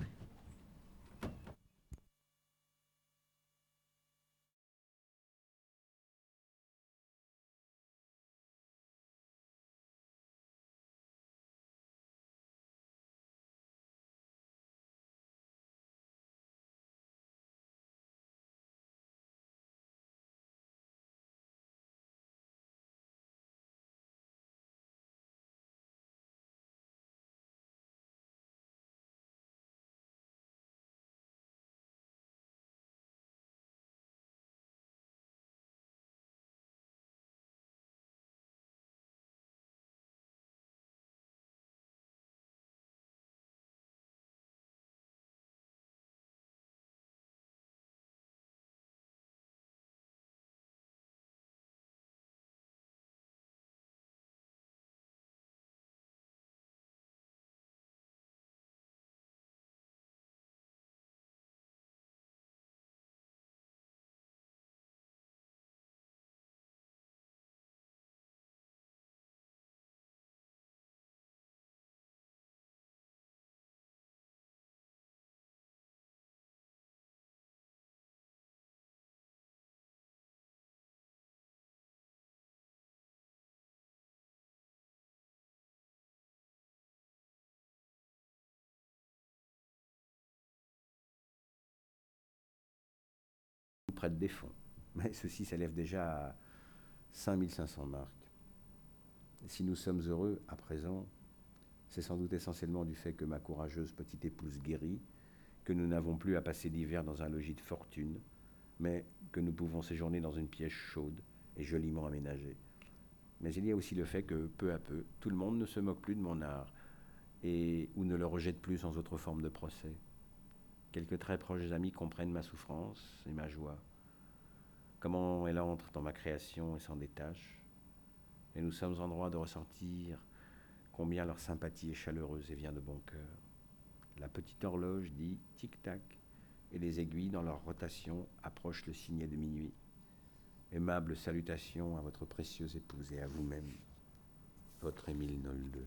prête des fonds. Mais ceci s'élève déjà à cinq mille cinq cents marques. Si nous sommes heureux à présent, c'est sans doute essentiellement du fait que ma courageuse petite épouse guérit, que nous n'avons plus à passer l'hiver dans un logis de fortune, mais que nous pouvons séjourner dans une pièce chaude et joliment aménagée. Mais il y a aussi le fait que, peu à peu, tout le monde ne se moque plus de mon art et ou ne le rejette plus sans autre forme de procès. Quelques très proches amis comprennent ma souffrance et ma joie, comment elle entre dans ma création et s'en détache, et nous sommes en droit de ressentir combien leur sympathie est chaleureuse et vient de bon cœur. La petite horloge dit tic-tac, et les aiguilles dans leur rotation approchent le signet de minuit. Aimable salutation à votre précieuse épouse et à vous-même, votre Émile Nolde.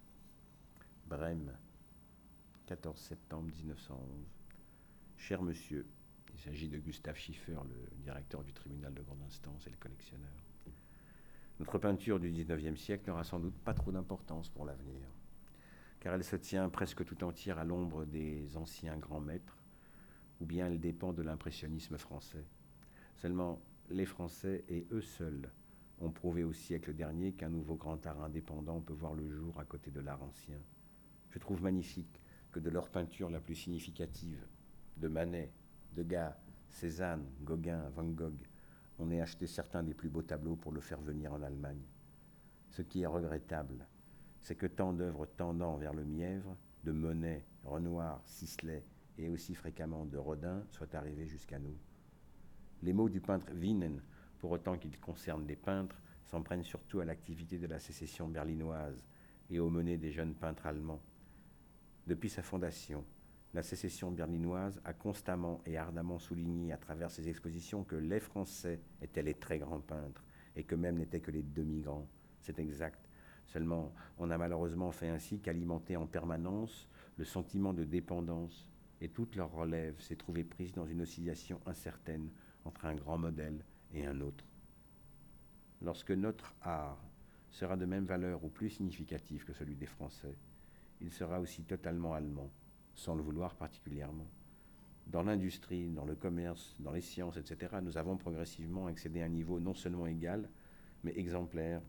Brême, quatorze septembre mille neuf cent onze. Cher monsieur, il s'agit de Gustave Schiffer, le directeur du tribunal de grande instance et le collectionneur. Notre peinture du dix-neuvième siècle n'aura sans doute pas trop d'importance pour l'avenir, car elle se tient presque tout entière à l'ombre des anciens grands maîtres, ou bien elle dépend de l'impressionnisme français. Seulement, les Français et eux seuls ont prouvé au siècle dernier qu'un nouveau grand art indépendant peut voir le jour à côté de l'art ancien. Je trouve magnifique que de leur peinture la plus significative, de Manet, Degas, Cézanne, Gauguin, Van Gogh, on ait acheté certains des plus beaux tableaux pour le faire venir en Allemagne. Ce qui est regrettable, c'est que tant d'œuvres tendant vers le mièvre, de Monet, Renoir, Sisley et aussi fréquemment de Rodin soient arrivés jusqu'à nous. Les mots du peintre Wienen, pour autant qu'ils concernent des peintres, s'en prennent surtout à l'activité de la sécession berlinoise et aux menées des jeunes peintres allemands. Depuis sa fondation, la sécession berlinoise a constamment et ardemment souligné à travers ses expositions que les Français étaient les très grands peintres et que même n'étaient que les demi-grands. C'est exact. Seulement, on a malheureusement fait ainsi qu'alimenter en permanence le sentiment de dépendance et toute leur relève s'est trouvée prise dans une oscillation incertaine entre un grand modèle et un autre. Lorsque notre art sera de même valeur ou plus significatif que celui des Français, il sera aussi totalement allemand, sans le vouloir particulièrement. Dans l'industrie, dans le commerce, dans les sciences, et cetera, nous avons progressivement accédé à un niveau non seulement égal, mais exemplaire.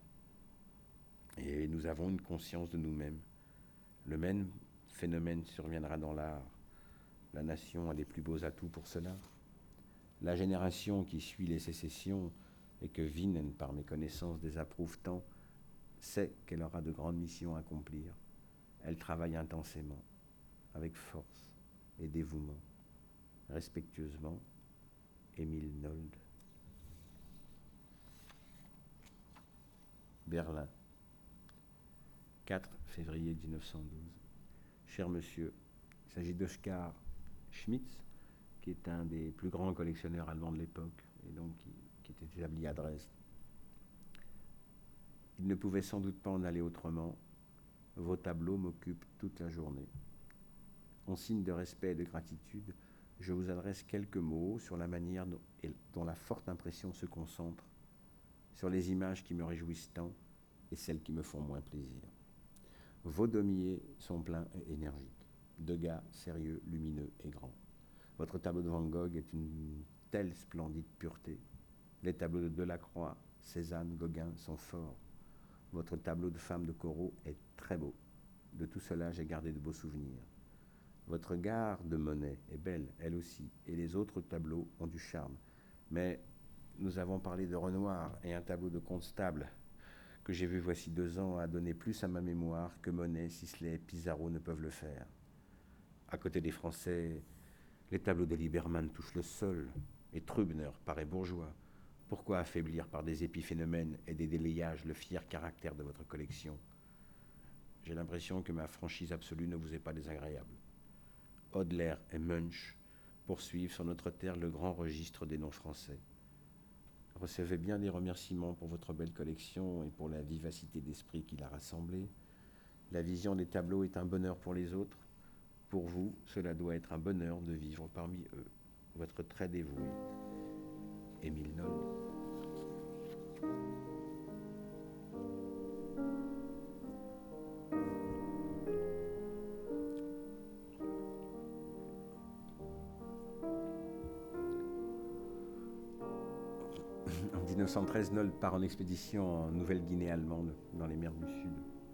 Et nous avons une conscience de nous-mêmes. Le même phénomène surviendra dans l'art. La nation a les plus beaux atouts pour cela. La génération qui suit les sécessions et que Wienen, par mes connaissances, désapprouve tant, sait qu'elle aura de grandes missions à accomplir. Elle travaille intensément, avec force et dévouement. Respectueusement, Émile Nolde. Berlin, quatre février mille neuf cent douze. Cher monsieur, il s'agit d'Oskar Schmitz, qui est un des plus grands collectionneurs allemands de l'époque, et donc qui, qui était établi à Dresde. Il ne pouvait sans doute pas en aller autrement. Vos tableaux m'occupent toute la journée. En signe de respect et de gratitude, je vous adresse quelques mots sur la manière dont, dont la forte impression se concentre, sur les images qui me réjouissent tant et celles qui me font moins plaisir. Vos damiers sont pleins et énergiques, Degas sérieux, lumineux et grand. Votre tableau de Van Gogh est une telle splendide pureté. Les tableaux de Delacroix, Cézanne, Gauguin sont forts. Votre tableau de femme de Corot est très beau. De tout cela, j'ai gardé de beaux souvenirs. Votre gare de Monet est belle, elle aussi, et les autres tableaux ont du charme. Mais nous avons parlé de Renoir, et un tableau de Constable que j'ai vu voici deux ans a donné plus à ma mémoire que Monet, Sisley et Pissarro ne peuvent le faire. À côté des Français, les tableaux de Liebermann touchent le sol, et Trübner paraît bourgeois. Pourquoi affaiblir par des épiphénomènes et des délayages le fier caractère de votre collection? J'ai l'impression que ma franchise absolue ne vous est pas désagréable. Hodler et Munch poursuivent sur notre terre le grand registre des noms français. Recevez bien des remerciements pour votre belle collection et pour la vivacité d'esprit qui l'a rassemblée. La vision des tableaux est un bonheur pour les autres. Pour vous, cela doit être un bonheur de vivre parmi eux. Votre très dévoué, Émile Nolde. dix-neuf cent treize, Nold part en expédition en Nouvelle-Guinée allemande, dans les mers du Sud.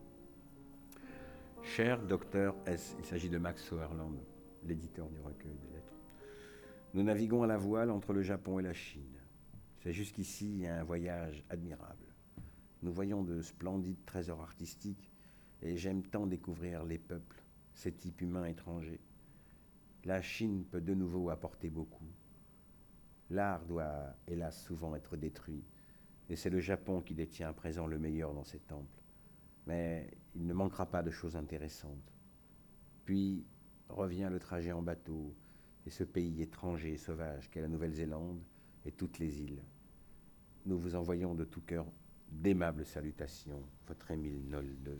Cher docteur S, il s'agit de Max Sauerland, l'éditeur du recueil des lettres. Nous naviguons à la voile entre le Japon et la Chine. C'est jusqu'ici un voyage admirable. Nous voyons de splendides trésors artistiques et j'aime tant découvrir les peuples, ces types humains étrangers. La Chine peut de nouveau apporter beaucoup. L'art doit, hélas, souvent être détruit, et c'est le Japon qui détient à présent le meilleur dans ses temples. Mais il ne manquera pas de choses intéressantes. Puis revient le trajet en bateau, et ce pays étranger et sauvage qu'est la Nouvelle-Zélande et toutes les îles. Nous vous envoyons de tout cœur d'aimables salutations, votre Émile Nolde.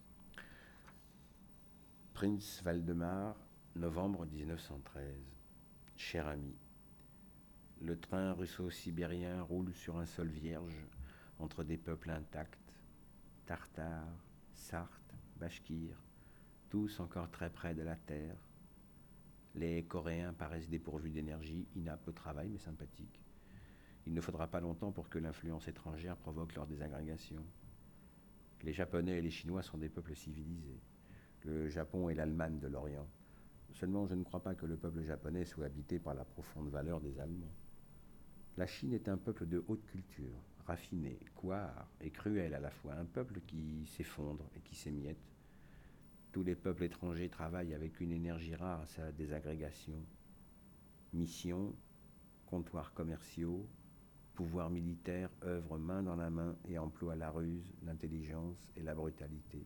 Prince Valdemar, novembre dix-neuf cent treize. Cher ami, le train russo-sibérien roule sur un sol vierge entre des peuples intacts, Tartares, Sartes, Bashkirs, tous encore très près de la terre. Les Coréens paraissent dépourvus d'énergie, inaptes au travail mais sympathiques. Il ne faudra pas longtemps pour que l'influence étrangère provoque leur désagrégation. Les Japonais et les Chinois sont des peuples civilisés. Le Japon est l'Allemagne de l'Orient. Seulement, je ne crois pas que le peuple japonais soit habité par la profonde valeur des Allemands. La Chine est un peuple de haute culture, raffiné, couard et cruel à la fois, un peuple qui s'effondre et qui s'émiette. Tous les peuples étrangers travaillent avec une énergie rare à sa désagrégation. Missions, comptoirs commerciaux, pouvoirs militaires œuvrent main dans la main et emploient la ruse, l'intelligence et la brutalité.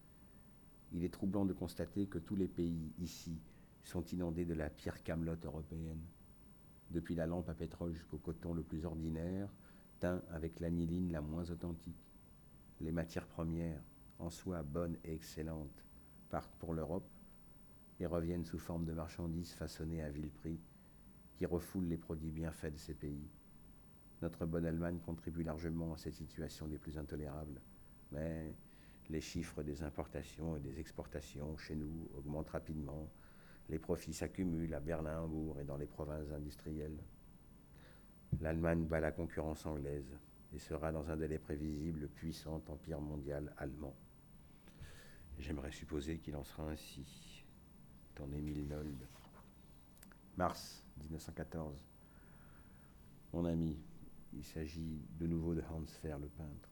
Il est troublant de constater que tous les pays ici sont inondés de la pire camelote européenne. Depuis la lampe à pétrole jusqu'au coton le plus ordinaire, teint avec l'aniline la moins authentique. Les matières premières, en soi bonnes et excellentes, partent pour l'Europe et reviennent sous forme de marchandises façonnées à vil prix, qui refoulent les produits bien faits de ces pays. Notre bonne Allemagne contribue largement à cette situation des plus intolérables, mais les chiffres des importations et des exportations chez nous augmentent rapidement. Les profits s'accumulent à Berlin, Hambourg et dans les provinces industrielles. L'Allemagne bat la concurrence anglaise et sera dans un délai prévisible le puissant empire mondial allemand. J'aimerais supposer qu'il en sera ainsi. Ton Émile Nolde. Mars dix-neuf cent quatorze. Mon ami, il s'agit de nouveau de Hans Fehr, le peintre.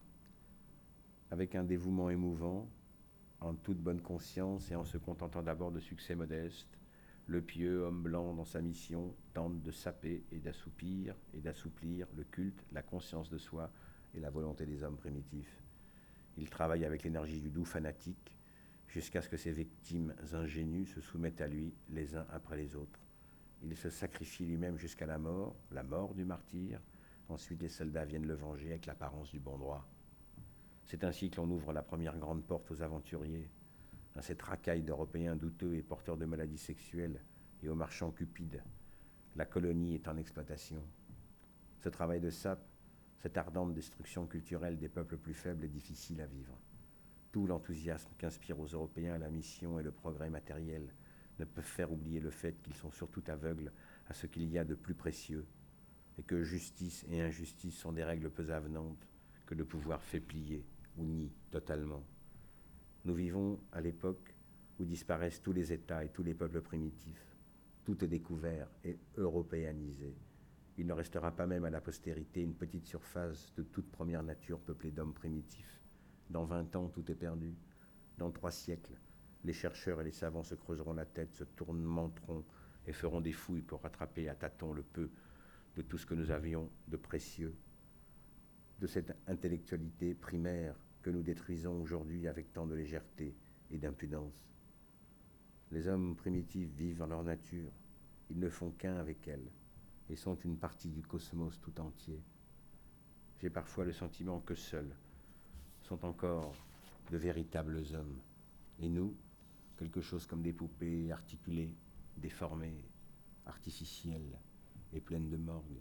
Avec un dévouement émouvant, en toute bonne conscience et en se contentant d'abord de succès modestes, le pieux homme blanc dans sa mission tente de saper et d'assoupir et d'assouplir le culte, la conscience de soi et la volonté des hommes primitifs. Il travaille avec l'énergie du doux fanatique jusqu'à ce que ses victimes ingénues se soumettent à lui les uns après les autres. Il se sacrifie lui-même jusqu'à la mort, la mort du martyr. Ensuite, les soldats viennent le venger avec l'apparence du bon droit. C'est ainsi que l'on ouvre la première grande porte aux aventuriers, à cette racaille d'Européens douteux et porteurs de maladies sexuelles et aux marchands cupides. La colonie est en exploitation. Ce travail de sape, cette ardente destruction culturelle des peuples plus faibles est difficile à vivre. Tout l'enthousiasme qu'inspirent aux Européens la mission et le progrès matériel ne peuvent faire oublier le fait qu'ils sont surtout aveugles à ce qu'il y a de plus précieux et que justice et injustice sont des règles peu avenantes que le pouvoir fait plier ou nie totalement. Nous vivons à l'époque où disparaissent tous les États et tous les peuples primitifs. Tout est découvert et européanisé. Il ne restera pas même à la postérité une petite surface de toute première nature peuplée d'hommes primitifs. Dans vingt ans, tout est perdu. Dans trois siècles, les chercheurs et les savants se creuseront la tête, se tourmenteront et feront des fouilles pour rattraper à tâtons le peu de tout ce que nous avions de précieux, de cette intellectualité primaire que nous détruisons aujourd'hui avec tant de légèreté et d'impudence. Les hommes primitifs vivent dans leur nature, ils ne font qu'un avec elle et sont une partie du cosmos tout entier. J'ai parfois le sentiment que seuls sont encore de véritables hommes, et nous, quelque chose comme des poupées articulées, déformées, artificielles et pleines de morgue.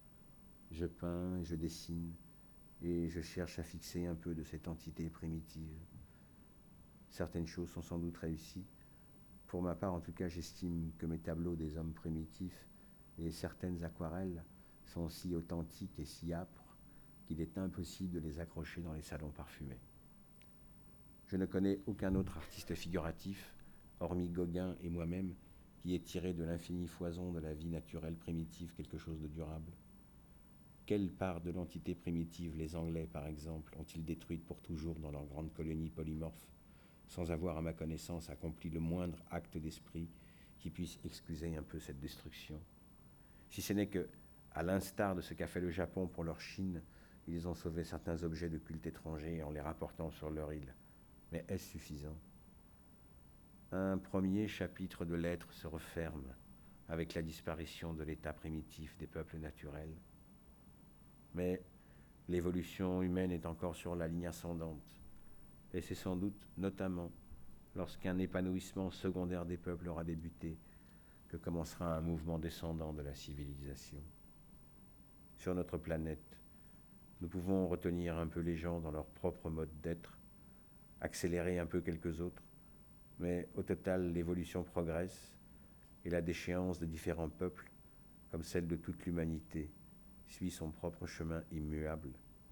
Je peins et je dessine, et je cherche à fixer un peu de cette entité primitive. Certaines choses sont sans doute réussies. Pour ma part, en tout cas, j'estime que mes tableaux des hommes primitifs et certaines aquarelles sont si authentiques et si âpres qu'il est impossible de les accrocher dans les salons parfumés. Je ne connais aucun autre artiste figuratif, hormis Gauguin et moi-même, qui ait tiré de l'infini foison de la vie naturelle primitive quelque chose de durable. Quelle part de l'entité primitive les Anglais, par exemple, ont-ils détruite pour toujours dans leur grande colonie polymorphe, sans avoir, à ma connaissance, accompli le moindre acte d'esprit qui puisse excuser un peu cette destruction? Si ce n'est que, à l'instar de ce qu'a fait le Japon pour leur Chine, ils ont sauvé certains objets de culte étrangers en les rapportant sur leur île. Mais est-ce suffisant? Un premier chapitre de l'être se referme avec la disparition de l'état primitif des peuples naturels. Mais l'évolution humaine est encore sur la ligne ascendante, et c'est sans doute notamment lorsqu'un épanouissement secondaire des peuples aura débuté que commencera un mouvement descendant de la civilisation. Sur notre planète, nous pouvons retenir un peu les gens dans leur propre mode d'être, accélérer un peu quelques autres, mais au total, l'évolution progresse et la déchéance de différents peuples, comme celle de toute l'humanité, suit son propre chemin immuable.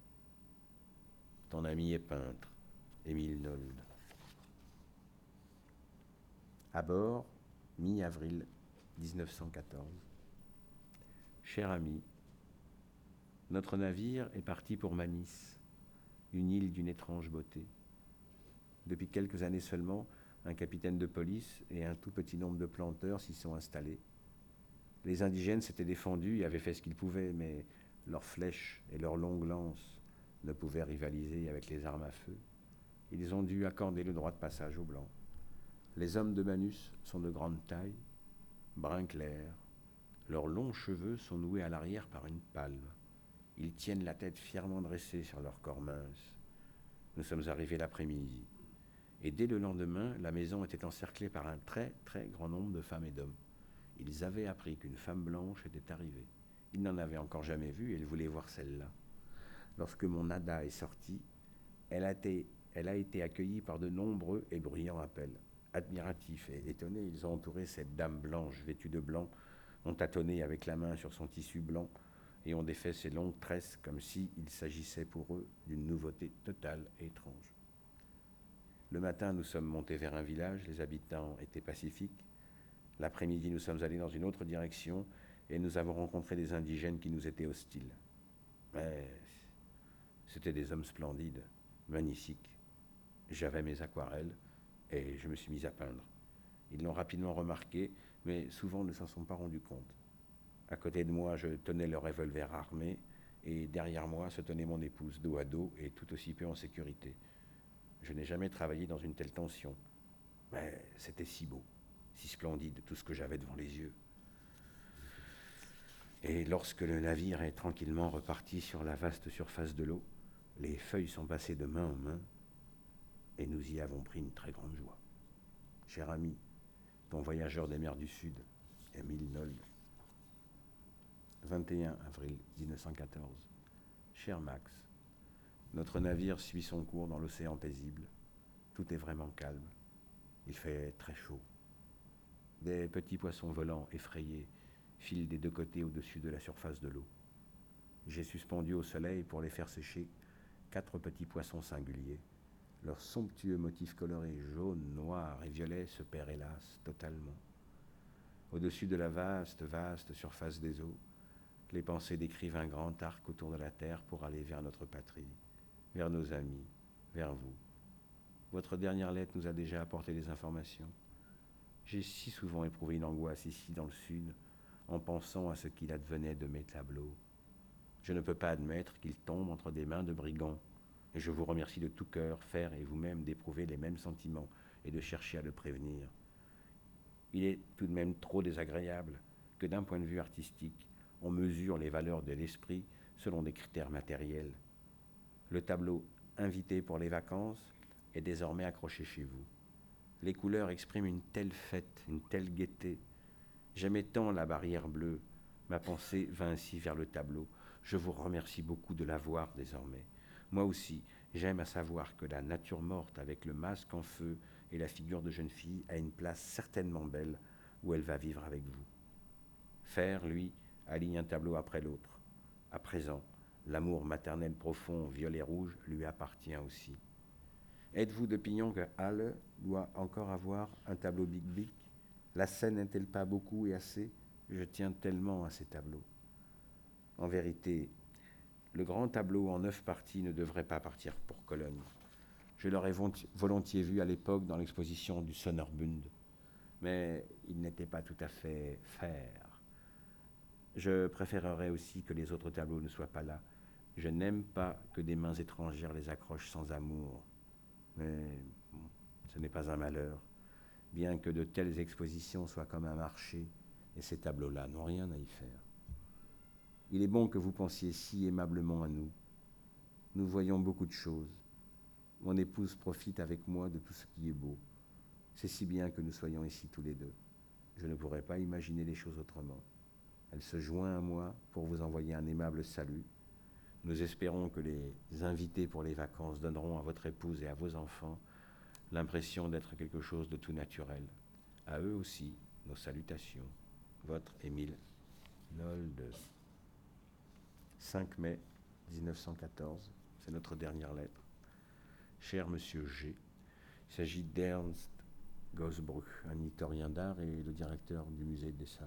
Ton ami est peintre, Émile Nolde. À bord, mi-avril dix-neuf cent quatorze. Cher ami, notre navire est parti pour Manis, une île d'une étrange beauté. Depuis quelques années seulement, un capitaine de police et un tout petit nombre de planteurs s'y sont installés. Les indigènes s'étaient défendus et avaient fait ce qu'ils pouvaient, mais leurs flèches et leurs longues lances ne pouvaient rivaliser avec les armes à feu. Ils ont dû accorder le droit de passage aux Blancs. Les hommes de Manus sont de grande taille, brun clair. Leurs longs cheveux sont noués à l'arrière par une palme. Ils tiennent la tête fièrement dressée sur leur corps mince. Nous sommes arrivés l'après-midi. Et dès le lendemain, la maison était encerclée par un très, très grand nombre de femmes et d'hommes. Ils avaient appris qu'une femme blanche était arrivée. Ils n'en avaient encore jamais vu et ils voulaient voir celle-là. Lorsque mon Ada est sortie, elle a été, elle a été accueillie par de nombreux et bruyants appels. Admiratifs et étonnés, ils ont entouré cette dame blanche vêtue de blanc, ont tâtonné avec la main sur son tissu blanc et ont défait ses longues tresses comme s'il s'agissait pour eux d'une nouveauté totale et étrange. Le matin, nous sommes montés vers un village, les habitants étaient pacifiques. L'après-midi, nous sommes allés dans une autre direction et nous avons rencontré des indigènes qui nous étaient hostiles. Mais c'étaient des hommes splendides, magnifiques. J'avais mes aquarelles et je me suis mis à peindre. Ils l'ont rapidement remarqué, mais souvent ne s'en sont pas rendus compte. À côté de moi, je tenais le revolver armé et derrière moi se tenait mon épouse dos à dos et tout aussi peu en sécurité. Je n'ai jamais travaillé dans une telle tension. Mais c'était si beau, si splendide, tout ce que j'avais devant les yeux. Et lorsque le navire est tranquillement reparti sur la vaste surface de l'eau, les feuilles sont passées de main en main et nous y avons pris une très grande joie. Cher ami, ton voyageur des mers du Sud, Émile Nolde. vingt et un avril dix-neuf cent quatorze. Cher Max, notre navire suit son cours dans l'océan paisible. Tout est vraiment calme. Il fait très chaud. Des petits poissons volants effrayés filent des deux côtés au-dessus de la surface de l'eau. J'ai suspendu au soleil pour les faire sécher quatre petits poissons singuliers. Leurs somptueux motifs colorés jaune, noir et violet se perdent hélas totalement. Au-dessus de la vaste, vaste surface des eaux, les pensées décrivent un grand arc autour de la terre pour aller vers notre patrie, vers nos amis, vers vous. Votre dernière lettre nous a déjà apporté des informations. J'ai si souvent éprouvé une angoisse ici dans le sud, en pensant à ce qu'il advenait de mes tableaux. Je ne peux pas admettre qu'ils tombent entre des mains de brigands, et je vous remercie de tout cœur, faire et vous-même d'éprouver les mêmes sentiments et de chercher à le prévenir. Il est tout de même trop désagréable que d'un point de vue artistique, on mesure les valeurs de l'esprit selon des critères matériels. Le tableau « Invité pour les vacances » est désormais accroché chez vous. Les couleurs expriment une telle fête, une telle gaieté. J'aimais tant la barrière bleue. Ma pensée va ainsi vers le tableau. Je vous remercie beaucoup de l'avoir désormais. Moi aussi, j'aime à savoir que la nature morte avec le masque en feu et la figure de jeune fille a une place certainement belle où elle va vivre avec vous. Faire, lui, aligne un tableau après l'autre. À présent, L'amour maternel profond, violet rouge, lui appartient aussi. Êtes-vous d'opinion que Halle doit encore avoir un tableau big-big? La scène n'est-elle pas beaucoup et assez? Je tiens tellement à ces tableaux. En vérité, le grand tableau en neuf parties ne devrait pas partir pour Cologne. Je l'aurais volontiers vu à l'époque dans l'exposition du Sonnerbund, mais il n'était pas tout à fait faire. Je préférerais aussi que les autres tableaux ne soient pas là. Je n'aime pas que des mains étrangères les accrochent sans amour. Mais bon, ce n'est pas un malheur, bien que de telles expositions soient comme un marché, et ces tableaux-là n'ont rien à y faire. Il est bon que vous pensiez si aimablement à nous. Nous voyons beaucoup de choses. Mon épouse profite avec moi de tout ce qui est beau. C'est si bien que nous soyons ici tous les deux. Je ne pourrais pas imaginer les choses autrement. Elle se joint à moi pour vous envoyer un aimable salut. Nous espérons que les invités pour les vacances donneront à votre épouse et à vos enfants l'impression d'être quelque chose de tout naturel. À eux aussi, nos salutations. Votre Émile Nolde. cinq mai mille neuf cent quatorze, c'est notre dernière lettre. Cher Monsieur G, il s'agit d'Ernst Gosbruch, un historien d'art et le directeur du musée de Dessau.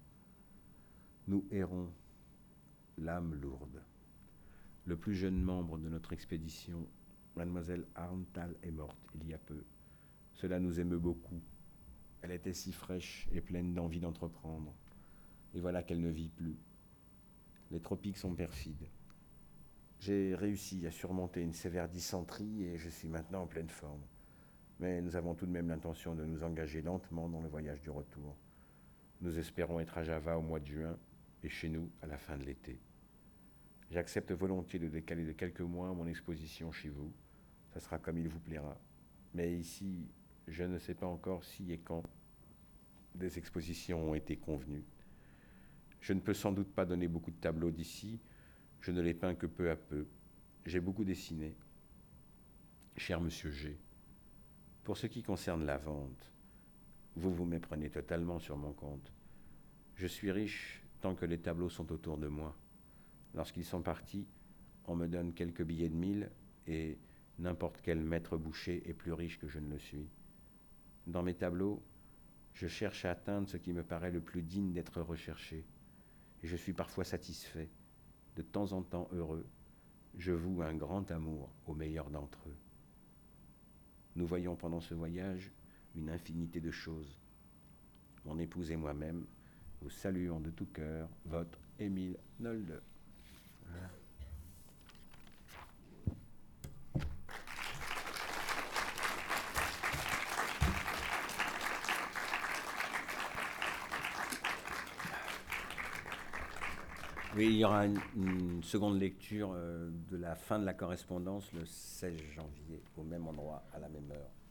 Nous errons, l'âme lourde. Le plus jeune membre de notre expédition, mademoiselle Arntal, est morte il y a peu. Cela nous émeut beaucoup. Elle était si fraîche et pleine d'envie d'entreprendre. Et voilà qu'elle ne vit plus. Les tropiques sont perfides. J'ai réussi à surmonter une sévère dysenterie et je suis maintenant en pleine forme. Mais nous avons tout de même l'intention de nous engager lentement dans le voyage du retour. Nous espérons être à Java au mois de juin et chez nous à la fin de l'été. J'accepte volontiers de décaler de quelques mois mon exposition chez vous. Ça sera comme il vous plaira. Mais ici, je ne sais pas encore si et quand des expositions ont été convenues. Je ne peux sans doute pas donner beaucoup de tableaux d'ici. Je ne les peins que peu à peu. J'ai beaucoup dessiné. Cher Monsieur G, pour ce qui concerne la vente, vous vous méprenez totalement sur mon compte. Je suis riche tant que les tableaux sont autour de moi. Lorsqu'ils sont partis, on me donne quelques billets de mille et n'importe quel maître boucher est plus riche que je ne le suis. Dans mes tableaux, je cherche à atteindre ce qui me paraît le plus digne d'être recherché. Et je suis parfois satisfait, de temps en temps heureux. Je voue un grand amour au meilleur d'entre eux. Nous voyons pendant ce voyage une infinité de choses. Mon épouse et moi-même vous saluons de tout cœur, votre Émile Nolde. Voilà. Oui, il y aura une, une seconde lecture euh, de la fin de la correspondance le seize janvier, au même endroit, à la même heure.